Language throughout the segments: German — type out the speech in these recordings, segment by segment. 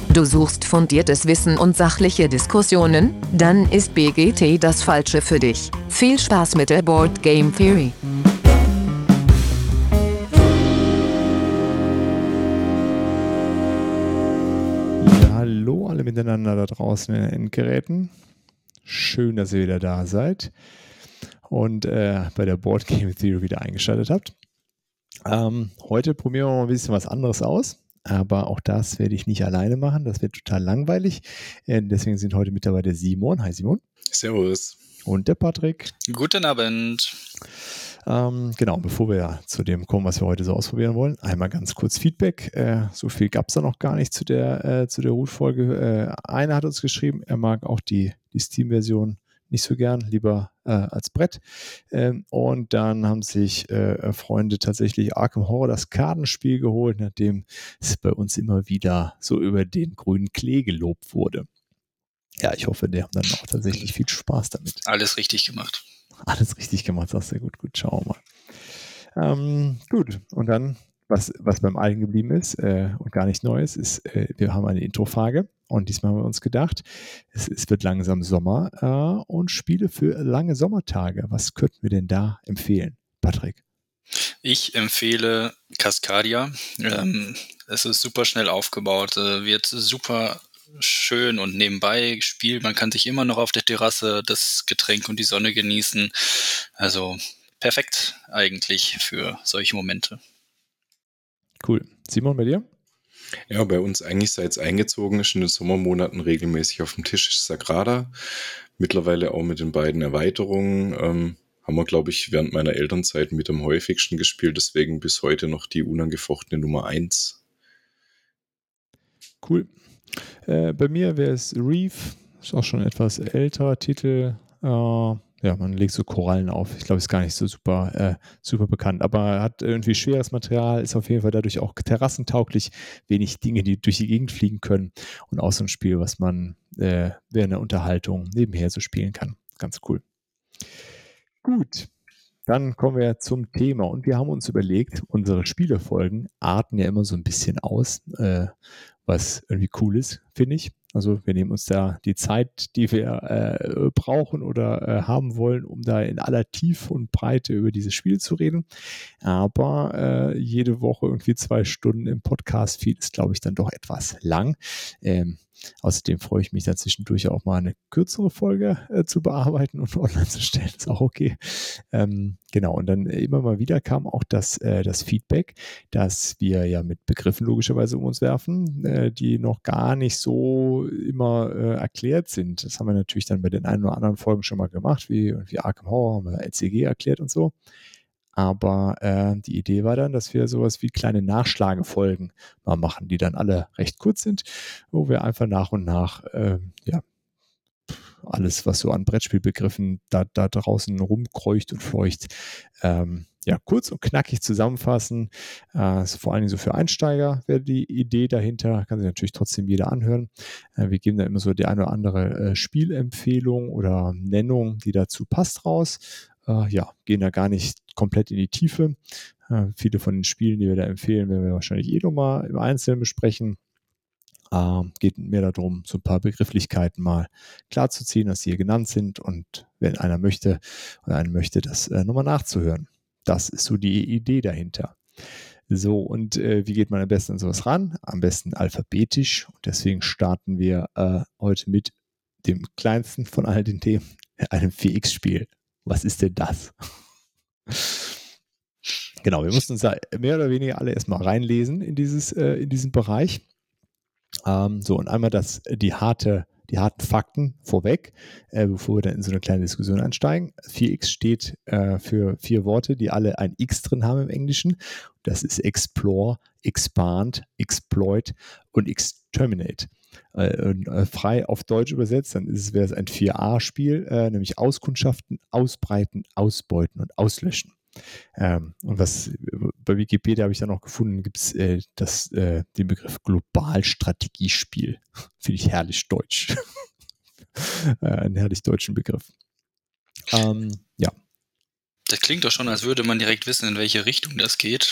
Du suchst fundiertes Wissen und sachliche Diskussionen? Dann ist BGT das Falsche für dich. Viel Spaß mit der Board Game Theory. Ja, hallo alle miteinander da draußen in den Endgeräten. Schön, dass ihr wieder da seid und bei der Board Game Theory wieder eingeschaltet habt. Heute probieren wir mal ein bisschen was anderes aus, aber auch das werde ich nicht alleine machen. Das wird total langweilig. Deswegen sind heute mit dabei der Simon. Hi Simon. Servus. Und der Patrick. Guten Abend. Genau, bevor wir zu dem kommen, was wir heute so ausprobieren wollen, einmal ganz kurz Feedback. So viel gab es da noch gar nicht zu der Root-Folge. Einer hat uns geschrieben, er mag auch die Steam-Version nicht so gern, lieber als Brett. Und dann haben sich Freunde tatsächlich Arkham Horror, das Kartenspiel, geholt, nachdem es bei uns immer wieder so über den grünen Klee gelobt wurde. Ja, ich hoffe, die haben dann auch tatsächlich viel Spaß damit. Alles richtig gemacht. Alles richtig gemacht, sagst du. Gut, schauen wir mal. Gut, und dann, was beim Alten geblieben ist und gar nicht Neues, ist, wir haben eine Introfrage und diesmal haben wir uns gedacht, es wird langsam Sommer und Spiele für lange Sommertage. Was könnten wir denn da empfehlen, Patrick? Ich empfehle Cascadia. Es ist super schnell aufgebaut, wird super schön und nebenbei gespielt. Man kann sich immer noch auf der Terrasse das Getränk und die Sonne genießen. Also perfekt eigentlich für solche Momente. Cool. Simon, bei dir? Ja, bei uns eigentlich, seit es eingezogen ist, in den Sommermonaten regelmäßig auf dem Tisch ist Sagrada. Mittlerweile auch mit den beiden Erweiterungen. Haben wir, glaube ich, während meiner Elternzeit mit am häufigsten gespielt. Deswegen bis heute noch die unangefochtene Nummer 1. Cool. Bei mir wäre es Reef. Ist auch schon ein etwas älterer Titel. Ja, man legt so Korallen auf. Ich glaube, ist gar nicht so super bekannt, aber hat irgendwie schweres Material, ist auf jeden Fall dadurch auch terrassentauglich, wenig Dinge, die durch die Gegend fliegen können und auch so ein Spiel, was man während der Unterhaltung nebenher so spielen kann. Ganz cool. Gut, dann kommen wir zum Thema und wir haben uns überlegt, unsere Spielefolgen arten ja immer so ein bisschen aus, was irgendwie cool ist, finde ich. Also wir nehmen uns da die Zeit, die wir brauchen oder haben wollen, um da in aller Tiefe und Breite über dieses Spiel zu reden. Aber jede Woche irgendwie 2 Stunden im Podcast-Feed ist, glaube ich, dann doch etwas lang. Außerdem freue ich mich da zwischendurch auch mal eine kürzere Folge zu bearbeiten und online zu stellen. Ist auch okay. Genau, und dann immer mal wieder kam auch das Feedback, dass wir ja mit Begriffen logischerweise um uns werfen, die noch gar nicht so immer erklärt sind. Das haben wir natürlich dann bei den ein oder anderen Folgen schon mal gemacht, wie Arkham Horror, haben wir LCG erklärt und so. Aber die Idee war dann, dass wir sowas wie kleine Nachschlagefolgen mal machen, die dann alle recht kurz sind, wo wir einfach nach und nach alles, was so an Brettspielbegriffen da draußen rumkreucht und fleucht, kurz und knackig zusammenfassen. Ist vor allen Dingen so für Einsteiger wäre die Idee dahinter. Kann sich natürlich trotzdem jeder anhören. Wir geben da immer so die eine oder andere Spielempfehlung oder Nennung, die dazu passt, raus. Gehen da gar nicht komplett in die Tiefe. Viele von den Spielen, die wir da empfehlen, werden wir wahrscheinlich nochmal im Einzelnen besprechen. Geht mehr darum, so ein paar Begrifflichkeiten mal klarzuziehen, dass die hier genannt sind und wenn einer möchte oder einen möchte, das nochmal nachzuhören. Das ist so die Idee dahinter. So, und wie geht man am besten an sowas ran? Am besten alphabetisch. Und deswegen starten wir heute mit dem kleinsten von all den Themen, einem 4X-Spiel. Was ist denn das? Genau, wir mussten uns da mehr oder weniger alle erstmal reinlesen in diesen Bereich. Und einmal die harten Fakten vorweg, bevor wir dann in so eine kleine Diskussion einsteigen. 4X steht für 4 Worte, die alle ein X drin haben im Englischen. Das ist Explore, Expand, Exploit und Exterminate. Frei auf Deutsch übersetzt, dann wäre es ein 4A-Spiel, nämlich Auskundschaften, Ausbreiten, Ausbeuten und Auslöschen. Und was bei Wikipedia habe ich dann auch gefunden, gibt es den Begriff Globalstrategiespiel. Finde ich herrlich deutsch. Einen herrlich deutschen Begriff. Das klingt doch schon, als würde man direkt wissen, in welche Richtung das geht.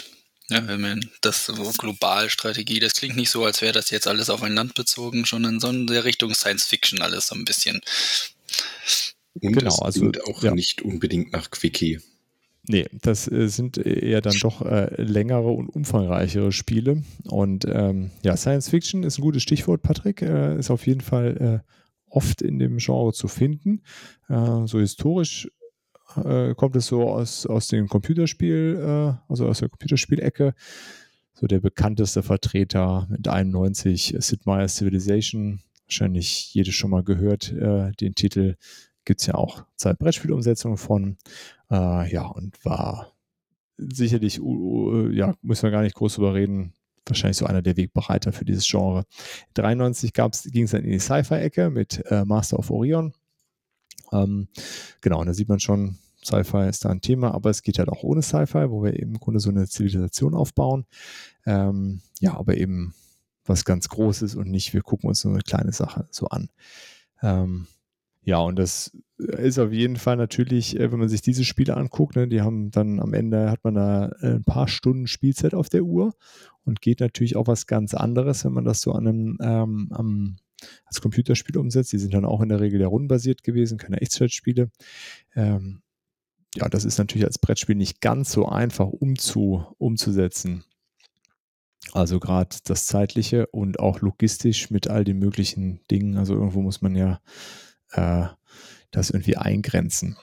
Ja, wenn man das so Globalstrategie, das klingt nicht so, als wäre das jetzt alles auf ein Land bezogen, schon in so der Richtung Science Fiction alles so ein bisschen. Und Genau, es also, klingt auch ja. nicht unbedingt nach Quickie. Nee, das sind eher dann doch längere und umfangreichere Spiele. Und ja, Science Fiction ist ein gutes Stichwort, Patrick. Ist auf jeden Fall oft in dem Genre zu finden. So historisch kommt es so aus dem Computerspiel, also aus der Computerspielecke. So der bekannteste Vertreter mit 91, Sid Meier's Civilization. Wahrscheinlich jede schon mal gehört, den Titel. Gibt es ja auch zwei Brettspielumsetzungen von. Ja, und war sicherlich, ja, müssen wir gar nicht groß drüber reden, wahrscheinlich so einer der Wegbereiter für dieses Genre. 93 ging es dann in die Sci-Fi-Ecke mit Master of Orion. Genau, und da sieht man schon, Sci-Fi ist da ein Thema, aber es geht halt auch ohne Sci-Fi, wo wir eben im Grunde so eine Zivilisation aufbauen. Ja, aber eben was ganz Großes und nicht, wir gucken uns nur eine kleine Sache so an. Ja, und das ist auf jeden Fall natürlich, wenn man sich diese Spiele anguckt, ne, die haben dann am Ende, hat man da ein paar Stunden Spielzeit auf der Uhr und geht natürlich auch was ganz anderes, wenn man das so an einem als Computerspiel umsetzt. Die sind dann auch in der Regel ja rundenbasiert gewesen, keine Echtzeitspiele. Ja, das ist natürlich als Brettspiel nicht ganz so einfach umzusetzen. Also gerade das Zeitliche und auch logistisch mit all den möglichen Dingen. Also irgendwo muss man ja das irgendwie eingrenzen.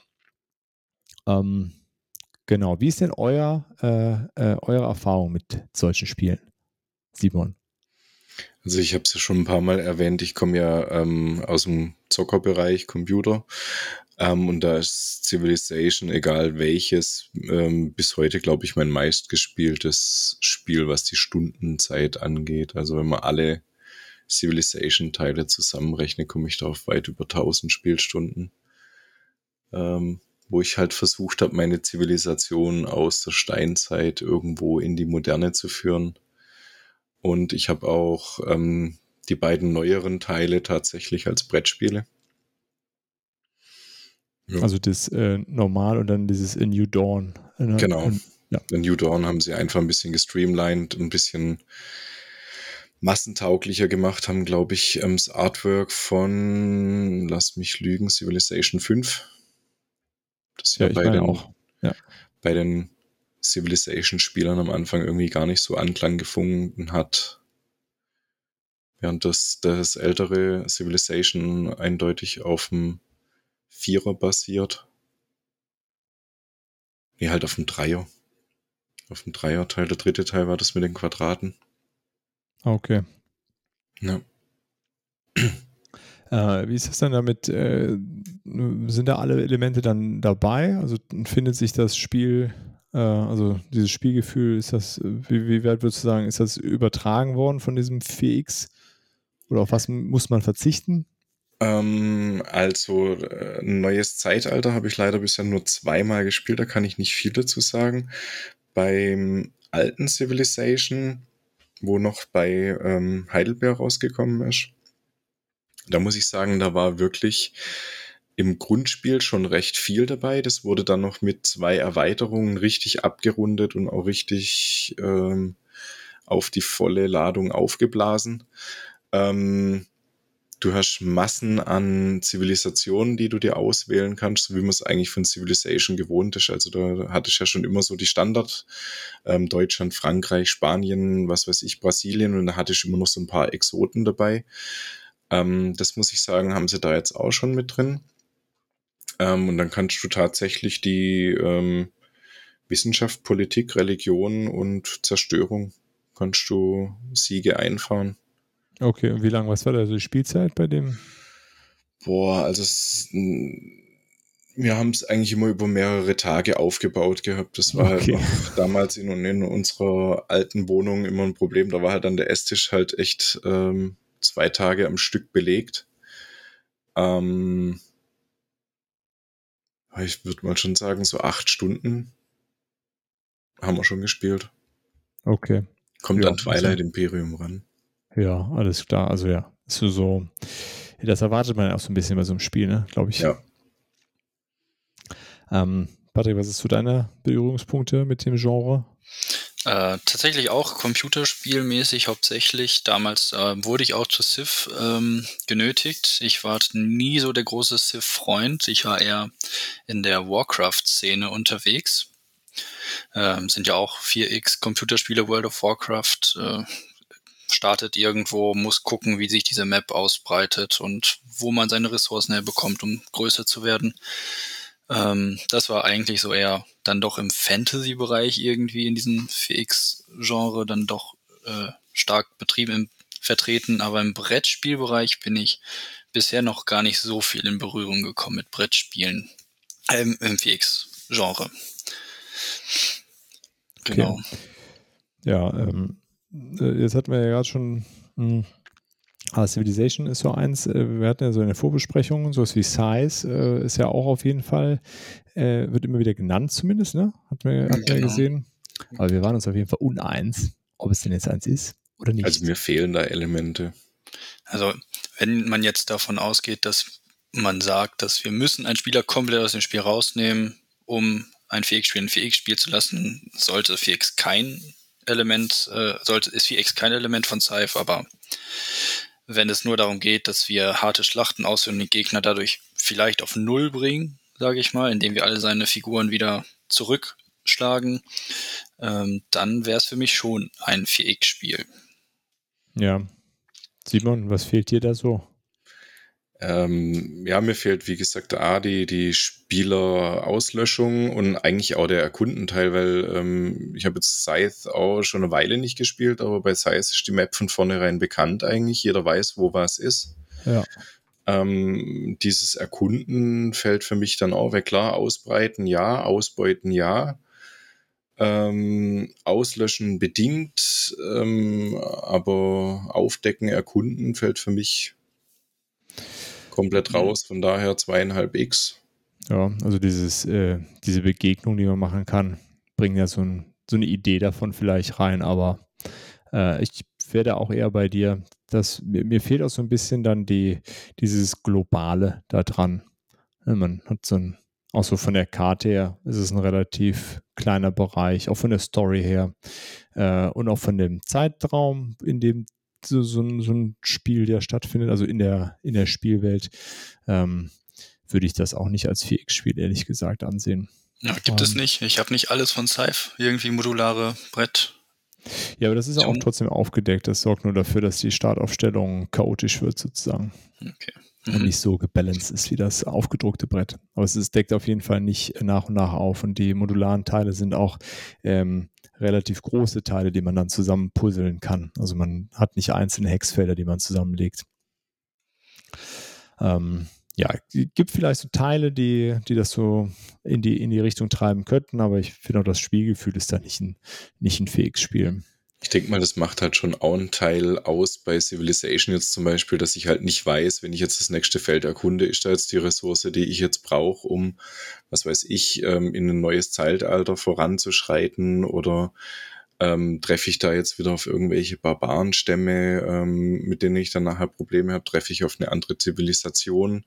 Genau. Wie ist denn eure Erfahrung mit solchen Spielen, Simon? Also ich habe es ja schon ein paar Mal erwähnt, ich komme ja aus dem Zockerbereich, Computer, und da ist Civilization, egal welches, bis heute, glaube ich, mein meistgespieltes Spiel, was die Stundenzeit angeht. Also wenn man alle Civilization-Teile zusammenrechnet, komme ich da auf weit über 1000 Spielstunden, wo ich halt versucht habe, meine Zivilisation aus der Steinzeit irgendwo in die Moderne zu führen. Und ich habe auch die beiden neueren Teile tatsächlich als Brettspiele. Ja. Also das Normal und dann dieses A New Dawn. Genau. Ja. In New Dawn haben sie einfach ein bisschen gestreamlined, ein bisschen massentauglicher gemacht, haben, glaube ich, das Artwork von, lass mich lügen, Civilization 5. Das ja, ich meine auch. Ja. Bei den Civilization-Spielern am Anfang irgendwie gar nicht so Anklang gefunden hat. Während das ältere Civilization eindeutig auf dem Vierer basiert. Nee, halt auf dem Dreier. Auf dem Dreierteil. Der dritte Teil war das mit den Quadraten. Okay. Ja. Wie ist das dann damit? Sind da alle Elemente dann dabei? Also findet sich das Spiel, also dieses Spielgefühl, ist das, wie weit würdest du sagen, ist das übertragen worden von diesem 4X? Oder auf was muss man verzichten? Also ein neues Zeitalter habe ich leider bisher nur zweimal gespielt, da kann ich nicht viel dazu sagen. Beim alten Civilization, wo noch bei Heidelberg rausgekommen ist, da muss ich sagen, da war wirklich im Grundspiel schon recht viel dabei. Das wurde dann noch mit 2 Erweiterungen richtig abgerundet und auch richtig auf die volle Ladung aufgeblasen. Du hast Massen an Zivilisationen, die du dir auswählen kannst, so wie man es eigentlich von Civilization gewohnt ist. Also da hatte ich ja schon immer so die Standard, Deutschland, Frankreich, Spanien, was weiß ich, Brasilien, und da hatte ich immer noch so ein paar Exoten dabei. Das muss ich sagen, haben sie da jetzt auch schon mit drin. Und dann kannst du tatsächlich die Wissenschaft, Politik, Religion und Zerstörung, kannst du Siege einfahren. Okay, und wie lange, was war da so die Spielzeit bei dem? Boah, also wir haben es eigentlich immer über mehrere Tage aufgebaut gehabt. Das war halt noch damals in unserer alten Wohnung immer ein Problem. Da war halt dann der Esstisch halt echt 2 Tage am Stück belegt. Ich würde mal schon sagen, so 8 Stunden haben wir schon gespielt. Okay. Kommt an Twilight Imperium ran. Ja, alles klar. Also ja, so, das erwartet man ja auch so ein bisschen bei so einem Spiel, ne? Glaube ich. Ja. Patrick, was ist so deine Berührungspunkte mit dem Genre? Tatsächlich auch computerspielmäßig hauptsächlich. Damals wurde ich auch zu Civ genötigt. Ich war nie so der große Civ-Freund. Ich war eher in der Warcraft-Szene unterwegs. Sind ja auch 4X Computerspiele, World of Warcraft. Startet irgendwo, muss gucken, wie sich diese Map ausbreitet und wo man seine Ressourcen herbekommt, um größer zu werden. Das war eigentlich so eher dann doch im Fantasy-Bereich irgendwie in diesem 4X-Genre dann doch stark vertreten, aber im Brettspielbereich bin ich bisher noch gar nicht so viel in Berührung gekommen mit Brettspielen im 4X-Genre. Genau. Okay. Ja, jetzt hatten wir ja gerade schon Civilization ist so eins. Wir hatten ja so eine Vorbesprechung, sowas wie Size ist ja auch auf jeden Fall, wird immer wieder genannt zumindest, ne? Hatten wir gesehen. Aber wir waren uns auf jeden Fall uneins, ob es denn jetzt eins ist oder nicht. Also mir fehlen da Elemente. Also wenn man jetzt davon ausgeht, dass man sagt, dass wir müssen einen Spieler komplett aus dem Spiel rausnehmen, um ein 4X-Spiel ein 4X spielen zu lassen, ist 4X kein Element von Scythe, aber wenn es nur darum geht, dass wir harte Schlachten ausführen und den Gegner dadurch vielleicht auf Null bringen, sage ich mal, indem wir alle seine Figuren wieder zurückschlagen, dann wäre es für mich schon ein 4X-Spiel. Ja. Simon, was fehlt dir da so? Ja, mir fehlt, wie gesagt, die Spielerauslöschung und eigentlich auch der Erkundenteil, weil ich habe jetzt Scythe auch schon eine Weile nicht gespielt, aber bei Scythe ist die Map von vornherein bekannt eigentlich. Jeder weiß, wo was ist. Ja. Dieses Erkunden fällt für mich dann auch weg. Klar, ausbreiten ja, ausbeuten ja. Auslöschen bedingt, aber aufdecken, erkunden fällt für mich komplett raus, von daher 2,5x. Ja, also diese Begegnung, die man machen kann, bringt ja so eine Idee davon vielleicht rein, aber ich werde auch eher bei dir, dass mir fehlt auch so ein bisschen dann dieses Globale da dran. Man hat auch so von der Karte her ist es ein relativ kleiner Bereich, auch von der Story her und auch von dem Zeitraum, in dem so ein Spiel ja stattfindet, also in der Spielwelt, würde ich das auch nicht als 4X-Spiel ehrlich gesagt ansehen. Ja, gibt es nicht. Ich habe nicht alles von Scythe, irgendwie modulare Brett. Ja, aber das ist auch trotzdem aufgedeckt. Das sorgt nur dafür, dass die Startaufstellung chaotisch wird sozusagen. Okay. Und nicht so gebalanced ist wie das aufgedruckte Brett. Aber es deckt auf jeden Fall nicht nach und nach auf. Und die modularen Teile sind auch relativ große Teile, die man dann zusammen puzzeln kann. Also man hat nicht einzelne Hexfelder, die man zusammenlegt. Ja, es gibt vielleicht so Teile, die das so in die Richtung treiben könnten, aber ich finde auch, das Spielgefühl ist da nicht ein 4X-Spiel. Ich denke mal, das macht halt schon auch einen Teil aus bei Civilization jetzt zum Beispiel, dass ich halt nicht weiß, wenn ich jetzt das nächste Feld erkunde, ist da jetzt die Ressource, die ich jetzt brauche, um, was weiß ich, in ein neues Zeitalter voranzuschreiten oder treffe ich da jetzt wieder auf irgendwelche Barbarenstämme, mit denen ich dann nachher Probleme habe, treffe ich auf eine andere Zivilisation.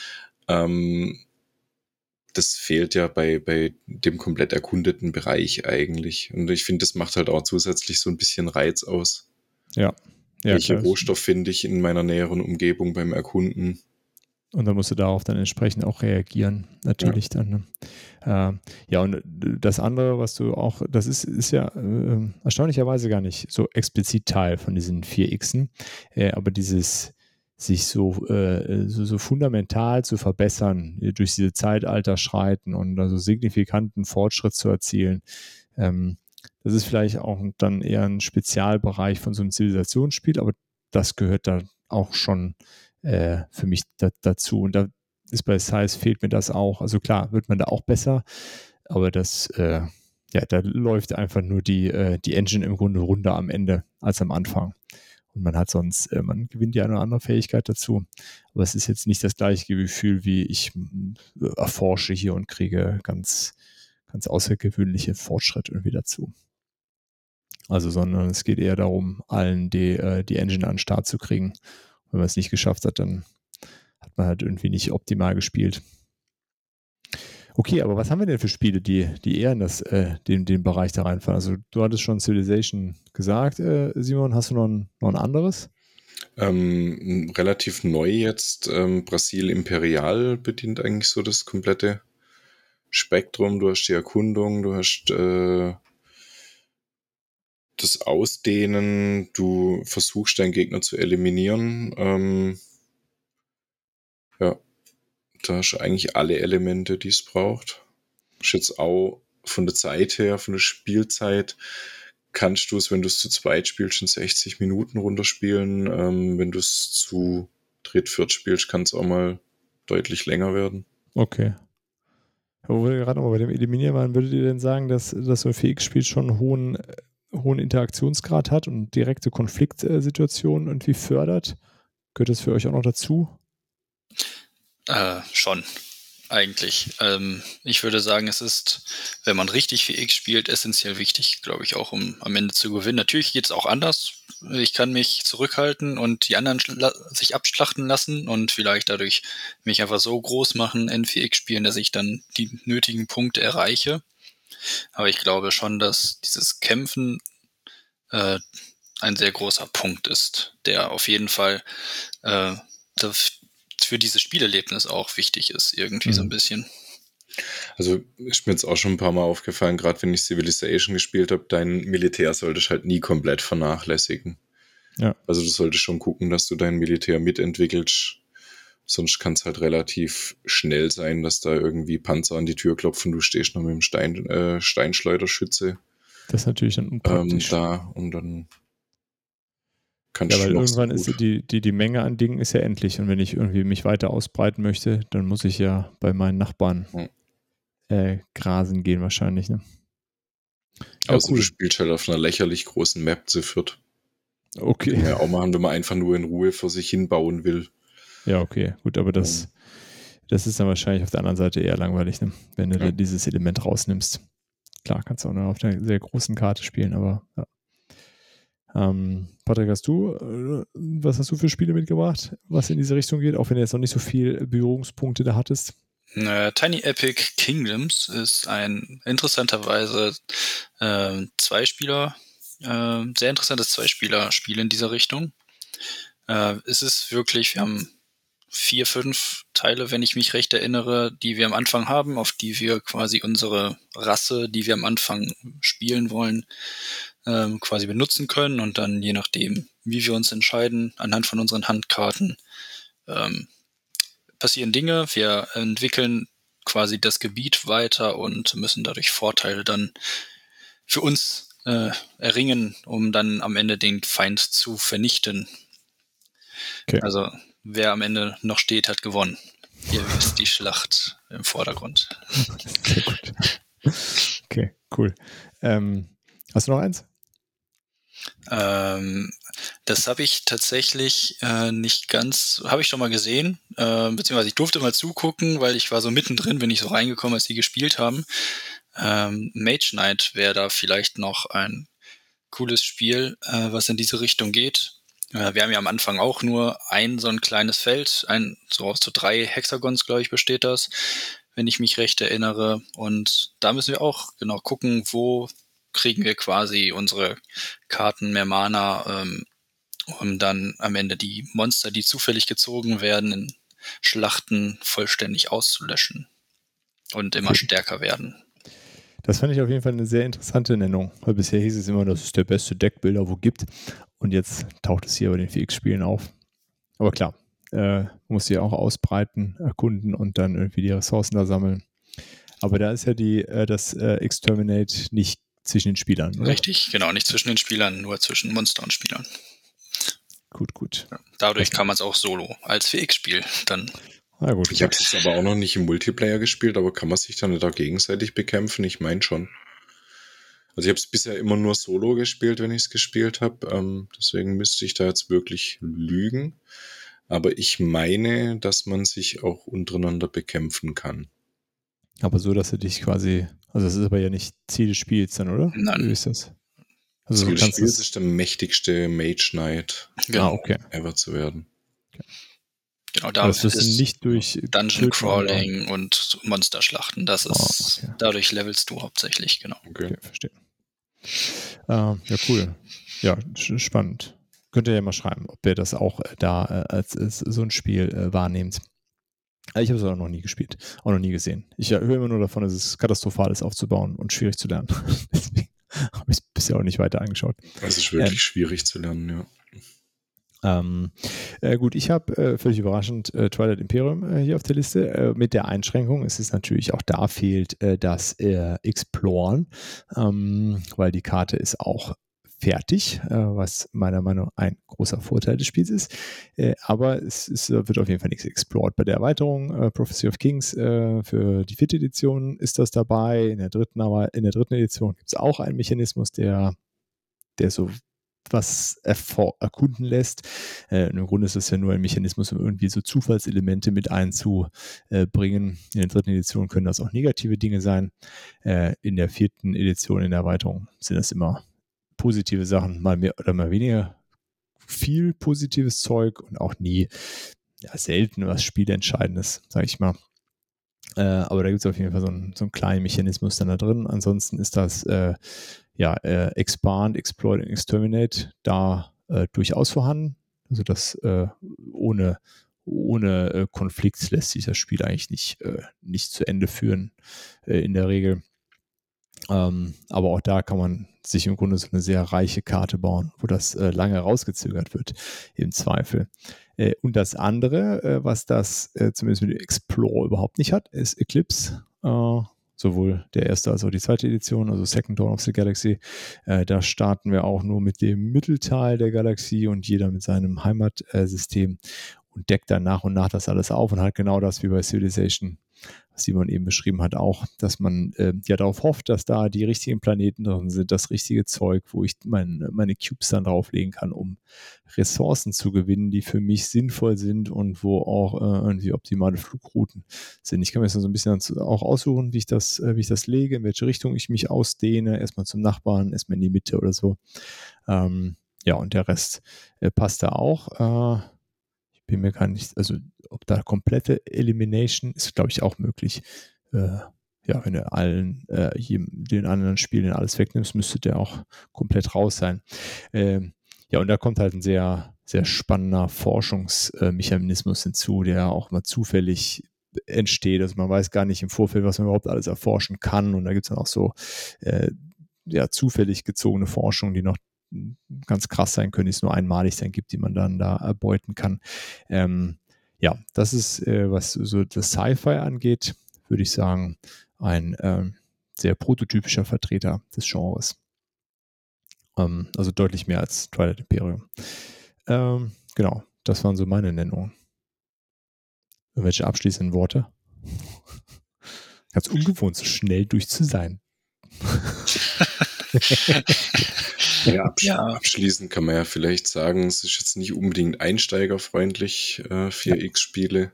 Das fehlt ja bei dem komplett erkundeten Bereich eigentlich. Und ich finde, das macht halt auch zusätzlich so ein bisschen Reiz aus. Ja. Welche Rohstoff finde ich in meiner näheren Umgebung beim Erkunden? Und dann musst du darauf dann entsprechend auch reagieren, natürlich dann. Ne? Ja, und das andere, was du auch, das ist ja erstaunlicherweise gar nicht so explizit Teil von diesen 4Xen, aber dieses sich so fundamental zu verbessern, durch diese Zeitalter schreiten und also signifikanten Fortschritt zu erzielen, das ist vielleicht auch dann eher ein Spezialbereich von so einem Zivilisationsspiel, aber das gehört da auch schon für mich dazu. Und da ist bei Scythe fehlt mir das auch. Also klar, wird man da auch besser, aber das, da läuft einfach nur die Engine im Grunde runter am Ende als am Anfang. Und man hat sonst, man gewinnt ja eine oder andere Fähigkeit dazu. Aber es ist jetzt nicht das gleiche Gefühl, wie ich erforsche hier und kriege ganz, ganz außergewöhnliche Fortschritte irgendwie dazu. Also, sondern es geht eher darum, allen die Engine an den Start zu kriegen. Wenn man es nicht geschafft hat, dann hat man halt irgendwie nicht optimal gespielt. Okay, aber was haben wir denn für Spiele, die eher in den Bereich da reinfallen? Also du hattest schon Civilization gesagt, Simon, hast du noch ein anderes? Relativ neu jetzt, Brasil Imperial bedient eigentlich so das komplette Spektrum. Du hast die Erkundung, du hast das Ausdehnen, du versuchst deinen Gegner zu eliminieren. Ja, da hast du eigentlich alle Elemente, die es braucht. Ist jetzt auch von der Zeit her, von der Spielzeit, kannst du es, wenn du es zu zweit spielst, in 60 Minuten runterspielen. Wenn du es zu dritt, viert spielst, kann es auch mal deutlich länger werden. Okay. Aber wo wir gerade noch bei dem Eliminieren waren, würdet ihr denn sagen, dass so ein 4X-Spiel schon einen hohen Interaktionsgrad hat und direkte Konfliktsituationen irgendwie fördert? Gehört das für euch auch noch dazu? Schon, eigentlich. Ich würde sagen, es ist, wenn man richtig 4X spielt, essentiell wichtig, glaube ich, auch um am Ende zu gewinnen. Natürlich geht es auch anders. Ich kann mich zurückhalten und die anderen sich abschlachten lassen und vielleicht dadurch mich einfach so groß machen in 4X spielen, dass ich dann die nötigen Punkte erreiche. Aber ich glaube schon, dass dieses Kämpfen ein sehr großer Punkt ist, der auf jeden Fall für dieses Spielerlebnis auch wichtig ist, irgendwie so ein bisschen. Also ist mir jetzt auch schon ein paar Mal aufgefallen, gerade wenn ich Civilization gespielt habe, dein Militär solltest halt nie komplett vernachlässigen. Ja. Also du solltest schon gucken, dass du dein Militär mitentwickelst. Sonst kann es halt relativ schnell sein, dass da irgendwie Panzer an die Tür klopfen, du stehst noch mit dem Steinschleuderschütze Das ist natürlich dann unpraktisch. da und dann kannst Ja, weil du noch irgendwann so ist die Menge an Dingen ist ja endlich. Und wenn ich irgendwie mich weiter ausbreiten möchte, dann muss ich ja bei meinen Nachbarn grasen gehen wahrscheinlich. Ne? Ja, außer du spielst halt auf einer lächerlich großen Map zu viert. Okay. Kann man ja auch machen, wenn man einfach nur in Ruhe vor sich hin bauen will. Ja, okay, gut, aber das ist dann wahrscheinlich auf der anderen Seite eher langweilig, ne? Wenn du dieses Element rausnimmst. Klar, kannst du auch noch auf einer sehr großen Karte spielen, aber ja. Patrick, was hast du für Spiele mitgebracht, was in diese Richtung geht, auch wenn du jetzt noch nicht so viel Berührungspunkte da hattest? Tiny Epic Kingdoms ist ein interessanterweise Zweispieler, sehr interessantes Zweispieler-Spiel in dieser Richtung. Es ist wirklich, wir haben 4, 5 Teile, wenn ich mich recht erinnere, die wir am Anfang haben, auf die wir quasi unsere Rasse, die wir am Anfang spielen wollen, quasi benutzen können und dann je nachdem, wie wir uns entscheiden, anhand von unseren Handkarten, passieren Dinge. Wir entwickeln quasi das Gebiet weiter und müssen dadurch Vorteile dann für uns erringen, um dann am Ende den Feind zu vernichten. Okay. Also wer am Ende noch steht, hat gewonnen. Hier ist die Schlacht im Vordergrund. Sehr gut. Okay, cool. Hast du noch eins? Das habe ich tatsächlich nicht ganz, habe ich schon mal gesehen, beziehungsweise ich durfte mal zugucken, weil ich war so mittendrin, bin ich so reingekommen, als sie gespielt haben. Mage Knight wäre da vielleicht noch ein cooles Spiel, was in diese Richtung geht. Wir haben ja am Anfang auch nur so ein kleines Feld, so 3 Hexagons, glaube ich, besteht das, wenn ich mich recht erinnere. Und da müssen wir auch genau gucken, wo kriegen wir quasi unsere Karten mehr Mana, um dann am Ende die Monster, die zufällig gezogen werden, in Schlachten vollständig auszulöschen und immer stärker werden. Das fand ich auf jeden Fall eine sehr interessante Nennung, weil bisher hieß es immer, das ist der beste Deckbuilder, wo gibt. Und jetzt taucht es hier bei den 4X-Spielen auf. Aber klar, muss sie auch ausbreiten, erkunden und dann irgendwie die Ressourcen da sammeln. Aber da ist ja das Exterminate nicht zwischen den Spielern, oder? Richtig, genau, nicht zwischen den Spielern, nur zwischen Monster und Spielern. Gut. Ja, dadurch kann man es auch solo als 4X-Spiel dann. Na gut. Ich habe es jetzt aber auch noch nicht im Multiplayer gespielt, aber kann man sich dann nicht auch gegenseitig bekämpfen? Ich meine schon. Also ich habe es bisher immer nur solo gespielt, wenn ich es gespielt habe. Deswegen müsste ich da jetzt wirklich lügen. Aber ich meine, dass man sich auch untereinander bekämpfen kann. Aber so, dass du dich quasi, also das ist aber ja nicht Ziel des Spiels dann, oder? Nein. Wie ist das? Also Ziel des Spiels ist der mächtigste Mage Knight genau. okay. ever zu werden. Okay. Genau, da Das wirst du ist nicht durch Dungeon Töten Crawling und Monsterschlachten. Das ist, okay. dadurch levelst du hauptsächlich, genau. Okay, verstehe. Ja, cool. Ja, spannend. Könnt ihr ja mal schreiben, ob ihr das auch da als so ein Spiel wahrnehmt. Ich habe es auch noch nie gespielt, auch noch nie gesehen. Ich höre immer nur davon, dass es katastrophal ist aufzubauen und schwierig zu lernen. Deswegen habe ich es bisher auch nicht weiter angeschaut. Es ist wirklich schwierig zu lernen, ja. Gut, ich habe völlig überraschend Twilight Imperium hier auf der Liste mit der Einschränkung. Es ist natürlich auch da fehlt das Exploren, weil die Karte ist auch fertig, was meiner Meinung nach ein großer Vorteil des Spiels ist. Aber es wird auf jeden Fall nichts explored. Bei der Erweiterung Prophecy of Kings für die 4. Edition ist das dabei. In der dritten Edition gibt es auch einen Mechanismus, der so was erkunden lässt. Im Grunde ist es ja nur ein Mechanismus, um irgendwie so Zufallselemente mit einzubringen. In der 3. Edition können das auch negative Dinge sein. In der 4. Edition, in der Erweiterung, sind das immer positive Sachen, mal mehr oder mal weniger viel positives Zeug und auch nie, selten was Spielentscheidendes, sage ich mal. Aber da gibt es auf jeden Fall so einen kleinen Mechanismus dann da drin. Ansonsten ist das Expand, Exploit und Exterminate da durchaus vorhanden. Also das ohne Konflikt lässt sich das Spiel eigentlich nicht zu Ende führen in der Regel. Aber auch da kann man sich im Grunde so eine sehr reiche Karte bauen, wo das lange rausgezögert wird, im Zweifel. Und das andere, was das zumindest mit dem Explore überhaupt nicht hat, ist Eclipse. Sowohl der erste als auch die 2. Edition, also Second Dawn of the Galaxy. Da starten wir auch nur mit dem Mittelteil der Galaxie und jeder mit seinem Heimatsystem und deckt dann nach und nach das alles auf und hat genau das wie bei Civilization, was Simon eben beschrieben hat, auch, dass man darauf hofft, dass da die richtigen Planeten drin sind, das richtige Zeug, wo ich meine Cubes dann drauflegen kann, um Ressourcen zu gewinnen, die für mich sinnvoll sind und wo auch irgendwie optimale Flugrouten sind. Ich kann mir das so ein bisschen auch aussuchen, wie ich das lege, in welche Richtung ich mich ausdehne, erstmal zum Nachbarn, erstmal in die Mitte oder so. Und der Rest passt da auch. Bin mir gar nicht, also ob da komplette Elimination ist, glaube ich, auch möglich. Wenn du den anderen Spielen alles wegnimmst, müsste der auch komplett raus sein. Und da kommt halt ein sehr, sehr spannender Forschungsmechanismus hinzu, der auch mal zufällig entsteht. Also man weiß gar nicht im Vorfeld, was man überhaupt alles erforschen kann. Und da gibt es dann auch so zufällig gezogene Forschung, die noch ganz krass sein können, die es nur einmalig sein gibt, die man dann da erbeuten kann. Das ist, was so das Sci-Fi angeht, würde ich sagen, ein sehr prototypischer Vertreter des Genres. Also deutlich mehr als Twilight Imperium. Genau, das waren so meine Nennungen. Irgendwelche abschließenden Worte? Ganz ungewohnt, so schnell durch zu sein. Abschließend kann man ja vielleicht sagen, es ist jetzt nicht unbedingt einsteigerfreundlich, 4X-Spiele.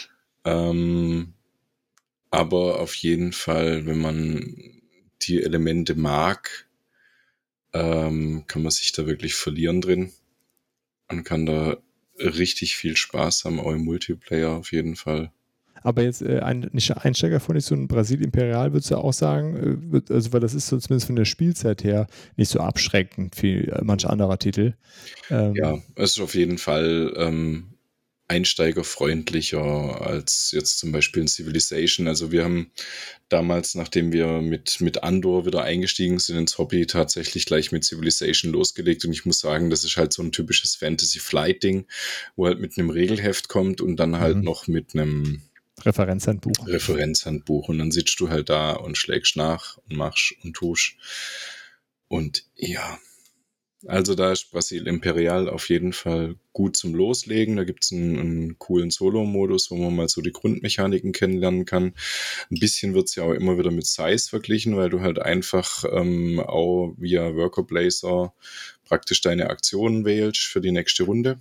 Aber auf jeden Fall, wenn man die Elemente mag, kann man sich da wirklich verlieren drin. Man kann da richtig viel Spaß haben, auch im Multiplayer auf jeden Fall. Aber jetzt nicht Einsteiger von so ein Brasil Imperial, würdest du auch sagen, weil das ist so zumindest von der Spielzeit her nicht so abschreckend wie manch anderer Titel. Es ist auf jeden Fall einsteigerfreundlicher als jetzt zum Beispiel in Civilization. Also wir haben damals, nachdem wir mit Andor wieder eingestiegen sind ins Hobby, tatsächlich gleich mit Civilization losgelegt und ich muss sagen, das ist halt so ein typisches Fantasy-Flight-Ding, wo halt mit einem Regelheft kommt und dann halt noch mit einem Referenzhandbuch und dann sitzt du halt da und schlägst nach und machst und tust. Und ja, also da ist Brasil Imperial auf jeden Fall gut zum Loslegen. Da gibt es einen coolen Solo-Modus, wo man mal so die Grundmechaniken kennenlernen kann. Ein bisschen wird es ja auch immer wieder mit Size verglichen, weil du halt einfach auch via Worker Placer praktisch deine Aktionen wählst für die nächste Runde.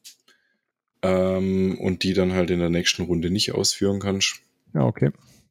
Und die dann halt in der nächsten Runde nicht ausführen kannst. Ja, okay.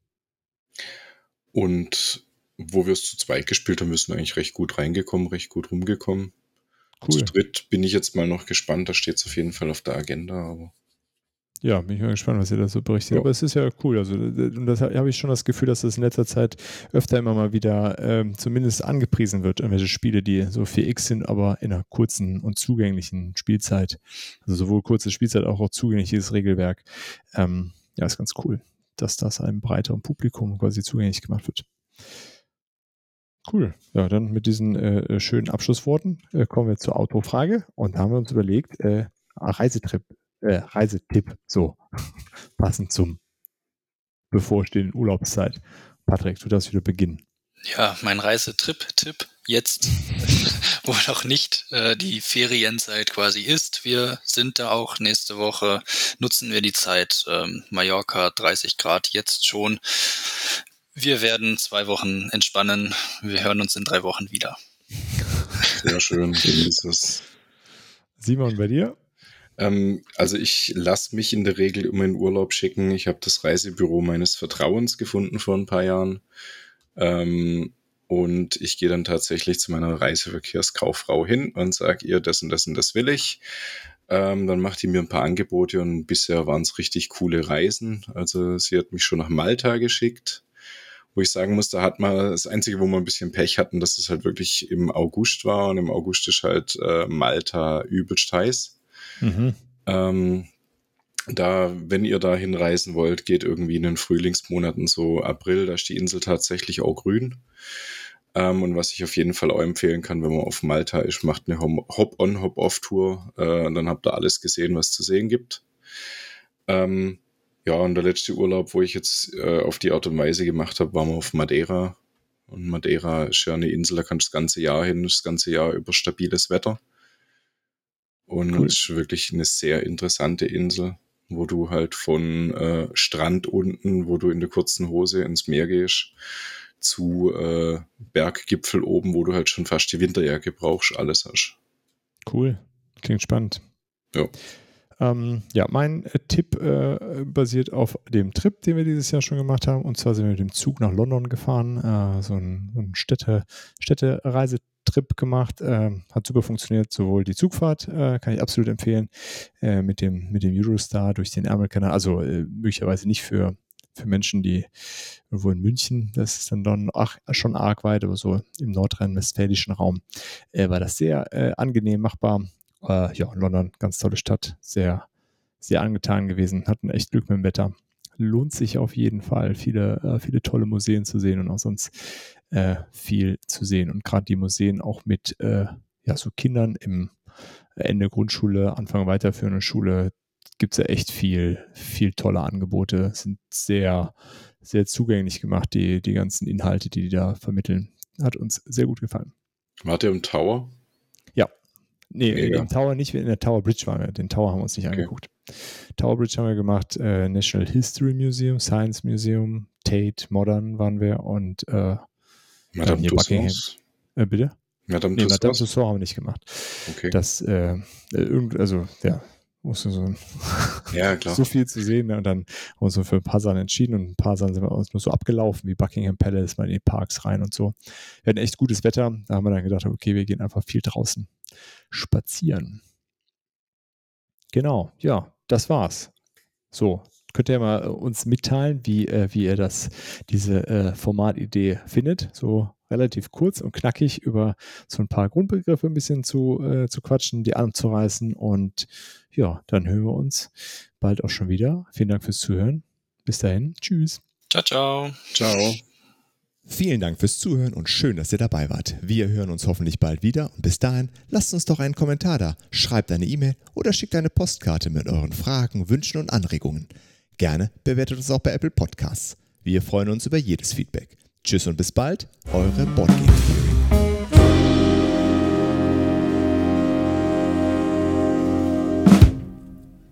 Und wo wir es zu zweit gespielt haben, wir sind eigentlich recht gut reingekommen, recht gut rumgekommen. Cool. Zu dritt bin ich jetzt mal noch gespannt, da steht es auf jeden Fall auf der Agenda. Aber Ja, bin ich mal gespannt, was ihr da so berichtet. Ja. Aber es ist ja cool. Also, und das habe ich schon das Gefühl, dass das in letzter Zeit öfter immer mal wieder zumindest angepriesen wird. Irgendwelche Spiele, die so 4X sind, aber in einer kurzen und zugänglichen Spielzeit. Also sowohl kurze Spielzeit, auch zugängliches Regelwerk. Ja, ist ganz cool, dass das einem breiteren Publikum quasi zugänglich gemacht wird. Cool. Ja, dann mit diesen schönen Abschlussworten kommen wir zur Autofrage und da haben wir uns überlegt, Reisetipp, so passend zum bevorstehenden Urlaubszeit. Patrick, du darfst wieder beginnen. Ja, mein Reisetipp jetzt, wo noch nicht die Ferienzeit quasi ist. Wir sind da auch nächste Woche, nutzen wir die Zeit, Mallorca 30 Grad jetzt schon. Wir werden 2 Wochen entspannen. Wir hören uns in 3 Wochen wieder. Sehr schön, genieß es. Simon, bei dir? Also ich lasse mich in der Regel immer in Urlaub schicken. Ich habe das Reisebüro meines Vertrauens gefunden vor ein paar Jahren. Und ich gehe dann tatsächlich zu meiner Reiseverkehrskauffrau hin und sage ihr, das und das und das will ich. Dann macht die mir ein paar Angebote und bisher waren es richtig coole Reisen. Also sie hat mich schon nach Malta geschickt, wo ich sagen muss, da hat man das Einzige, wo wir ein bisschen Pech hatten, dass es halt wirklich im August war und im August ist halt Malta übelst heiß. Wenn ihr da hinreisen wollt, geht irgendwie in den Frühlingsmonaten, so April, da ist die Insel tatsächlich auch grün. Und was ich auf jeden Fall auch empfehlen kann, wenn man auf Malta ist, macht eine Hop-on, Hop-off-Tour und dann habt ihr alles gesehen, was es zu sehen gibt. Ja, und der letzte Urlaub, wo ich jetzt auf die Art und Weise gemacht habe, waren wir auf Madeira. Und Madeira ist ja eine Insel, da kannst du das ganze Jahr hin, das ganze Jahr über stabiles Wetter. Und Cool. es ist wirklich eine sehr interessante Insel, wo du halt von Strand unten, wo du in der kurzen Hose ins Meer gehst, zu Berggipfel oben, wo du halt schon fast die Winterjacke brauchst, alles hast. Cool. Klingt spannend. Ja. Ja, mein Tipp basiert auf dem Trip, den wir dieses Jahr schon gemacht haben. Und zwar sind wir mit dem Zug nach London gefahren, so ein Städtereisetrip gemacht. Hat super funktioniert, sowohl die Zugfahrt, kann ich absolut empfehlen, mit dem Eurostar durch den Ärmelkanal. Also möglicherweise nicht für Menschen, die irgendwo in München, das ist dann schon arg weit, aber so im nordrhein-westfälischen Raum war das sehr angenehm machbar. Ja, London, ganz tolle Stadt, sehr, sehr angetan gewesen, hatten echt Glück mit dem Wetter. Lohnt sich auf jeden Fall, viele tolle Museen zu sehen und auch sonst viel zu sehen. Und gerade die Museen auch mit so Kindern im Ende Grundschule, Anfang weiterführende Schule, gibt es ja echt viel tolle Angebote, sind sehr, sehr zugänglich gemacht, die ganzen Inhalte, die da vermitteln. Hat uns sehr gut gefallen. Wart ihr im Tower? Ja. Nee, Mega. im Tower nicht, in der Tower Bridge waren wir. Den Tower haben wir uns nicht angeguckt. Tower Bridge haben wir gemacht, National History Museum, Science Museum, Tate Modern waren wir und Madame Tussauds? Bitte? Madame Tussauds haben wir nicht gemacht. Okay. Das, musste so Ja, klar. so viel zu sehen, ne? Und dann haben wir uns für ein paar Sachen entschieden und ein paar Sachen sind wir uns nur so abgelaufen, wie Buckingham Palace, mal in die Parks rein und so. Wir hatten echt gutes Wetter, da haben wir dann gedacht, okay, wir gehen einfach viel draußen spazieren. Genau, ja, das war's. So, könnt ihr mal uns mitteilen, wie ihr diese Formatidee findet, so relativ kurz und knackig über so ein paar Grundbegriffe ein bisschen zu quatschen, die anzureißen und ja, dann hören wir uns bald auch schon wieder. Vielen Dank fürs Zuhören. Bis dahin. Tschüss. Ciao, ciao. Ciao. Vielen Dank fürs Zuhören und schön, dass ihr dabei wart. Wir hören uns hoffentlich bald wieder und bis dahin lasst uns doch einen Kommentar da, schreibt eine E-Mail oder schickt eine Postkarte mit euren Fragen, Wünschen und Anregungen. Gerne bewertet uns auch bei Apple Podcasts. Wir freuen uns über jedes Feedback. Tschüss und bis bald, eure Boardgame Theory.